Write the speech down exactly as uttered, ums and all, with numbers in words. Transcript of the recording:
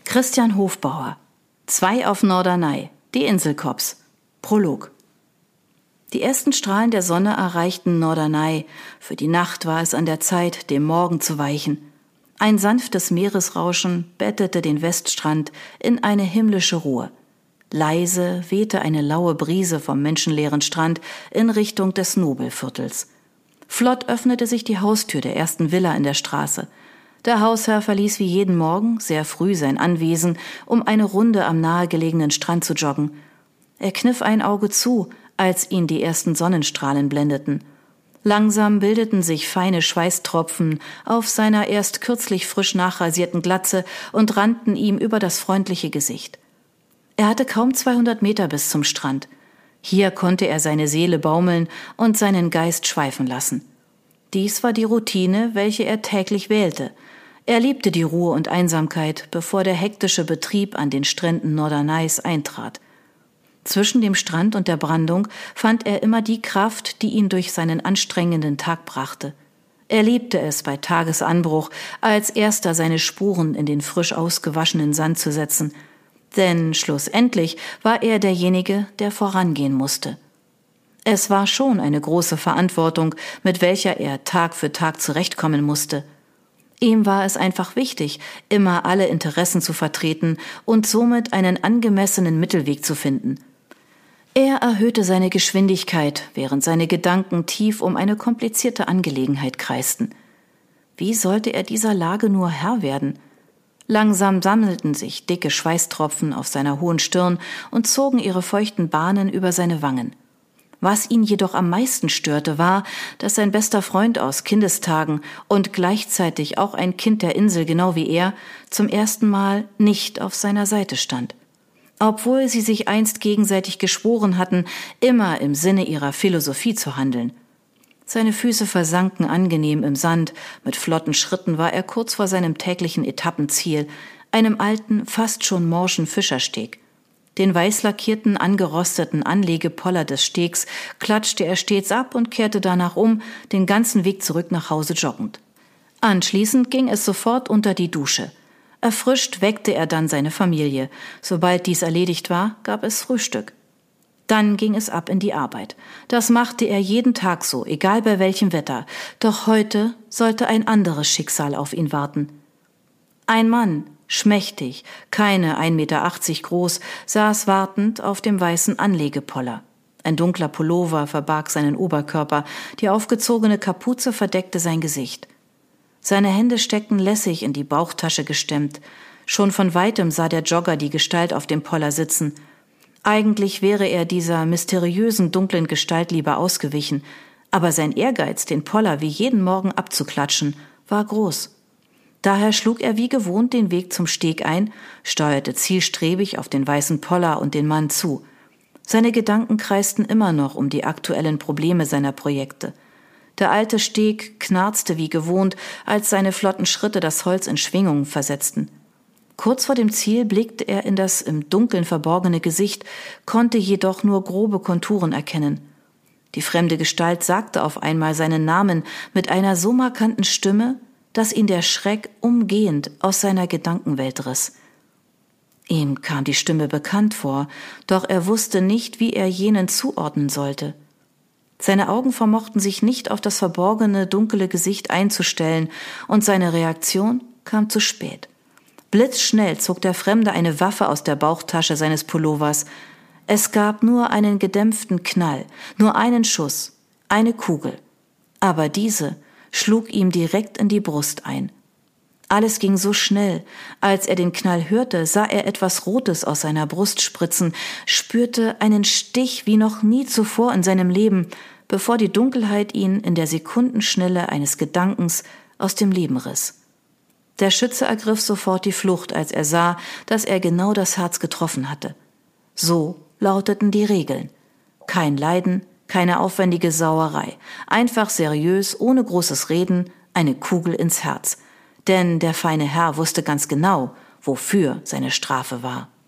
Christian Hofbauer. Zwei auf Norderney. Die Inselkops. Prolog. Die ersten Strahlen der Sonne erreichten Norderney. Für die Nacht war es an der Zeit, dem Morgen zu weichen. Ein sanftes Meeresrauschen bettete den Weststrand in eine himmlische Ruhe. Leise wehte eine laue Brise vom menschenleeren Strand in Richtung des Nobelviertels. Flott öffnete sich die Haustür der ersten Villa in der Straße. Der Hausherr verließ wie jeden Morgen sehr früh sein Anwesen, um eine Runde am nahegelegenen Strand zu joggen. Er kniff ein Auge zu, als ihn die ersten Sonnenstrahlen blendeten. Langsam bildeten sich feine Schweißtropfen auf seiner erst kürzlich frisch nachrasierten Glatze und rannten ihm über das freundliche Gesicht. Er hatte kaum zweihundert Meter bis zum Strand. Hier konnte er seine Seele baumeln und seinen Geist schweifen lassen. Dies war die Routine, welche er täglich wählte. Er liebte die Ruhe und Einsamkeit, bevor der hektische Betrieb an den Stränden Norderneys eintrat. Zwischen dem Strand und der Brandung fand er immer die Kraft, die ihn durch seinen anstrengenden Tag brachte. Er liebte es, bei Tagesanbruch als erster seine Spuren in den frisch ausgewaschenen Sand zu setzen. Denn schlussendlich war er derjenige, der vorangehen musste. Es war schon eine große Verantwortung, mit welcher er Tag für Tag zurechtkommen musste. Ihm war es einfach wichtig, immer alle Interessen zu vertreten und somit einen angemessenen Mittelweg zu finden. Er erhöhte seine Geschwindigkeit, während seine Gedanken tief um eine komplizierte Angelegenheit kreisten. Wie sollte er dieser Lage nur Herr werden? Langsam sammelten sich dicke Schweißtropfen auf seiner hohen Stirn und zogen ihre feuchten Bahnen über seine Wangen. Was ihn jedoch am meisten störte, war, dass sein bester Freund aus Kindestagen und gleichzeitig auch ein Kind der Insel genau wie er zum ersten Mal nicht auf seiner Seite stand. Obwohl sie sich einst gegenseitig geschworen hatten, immer im Sinne ihrer Philosophie zu handeln. Seine Füße versanken angenehm im Sand, mit flotten Schritten war er kurz vor seinem täglichen Etappenziel, einem alten, fast schon morschen Fischersteg. Den weiß lackierten, angerosteten Anlegepoller des Stegs klatschte er stets ab und kehrte danach um, den ganzen Weg zurück nach Hause joggend. Anschließend ging es sofort unter die Dusche. Erfrischt weckte er dann seine Familie. Sobald dies erledigt war, gab es Frühstück. Dann ging es ab in die Arbeit. Das machte er jeden Tag so, egal bei welchem Wetter. Doch heute sollte ein anderes Schicksal auf ihn warten. Ein Mann, schmächtig, keine ein Meter achtzig groß, saß wartend auf dem weißen Anlegepoller. Ein dunkler Pullover verbarg seinen Oberkörper, die aufgezogene Kapuze verdeckte sein Gesicht. Seine Hände steckten lässig in die Bauchtasche gestemmt. Schon von weitem sah der Jogger die Gestalt auf dem Poller sitzen. Eigentlich wäre er dieser mysteriösen, dunklen Gestalt lieber ausgewichen, aber sein Ehrgeiz, den Poller wie jeden Morgen abzuklatschen, war groß. Daher schlug er wie gewohnt den Weg zum Steg ein, steuerte zielstrebig auf den weißen Poller und den Mann zu. Seine Gedanken kreisten immer noch um die aktuellen Probleme seiner Projekte. Der alte Steg knarzte wie gewohnt, als seine flotten Schritte das Holz in Schwingung versetzten. Kurz vor dem Ziel blickte er in das im Dunkeln verborgene Gesicht, konnte jedoch nur grobe Konturen erkennen. Die fremde Gestalt sagte auf einmal seinen Namen mit einer so markanten Stimme, dass ihn der Schreck umgehend aus seiner Gedankenwelt riss. Ihm kam die Stimme bekannt vor, doch er wusste nicht, wie er jenen zuordnen sollte. Seine Augen vermochten sich nicht auf das verborgene, dunkle Gesicht einzustellen, und seine Reaktion kam zu spät. Blitzschnell zog der Fremde eine Waffe aus der Bauchtasche seines Pullovers. Es gab nur einen gedämpften Knall, nur einen Schuss, eine Kugel. Aber diese schlug ihm direkt in die Brust ein. Alles ging so schnell. Als er den Knall hörte, sah er etwas Rotes aus seiner Brust spritzen, spürte einen Stich wie noch nie zuvor in seinem Leben, bevor die Dunkelheit ihn in der Sekundenschnelle eines Gedankens aus dem Leben riss. Der Schütze ergriff sofort die Flucht, als er sah, dass er genau das Herz getroffen hatte. So lauteten die Regeln. Kein Leiden, keine aufwendige Sauerei, einfach seriös, ohne großes Reden, eine Kugel ins Herz. Denn der feine Herr wusste ganz genau, wofür seine Strafe war.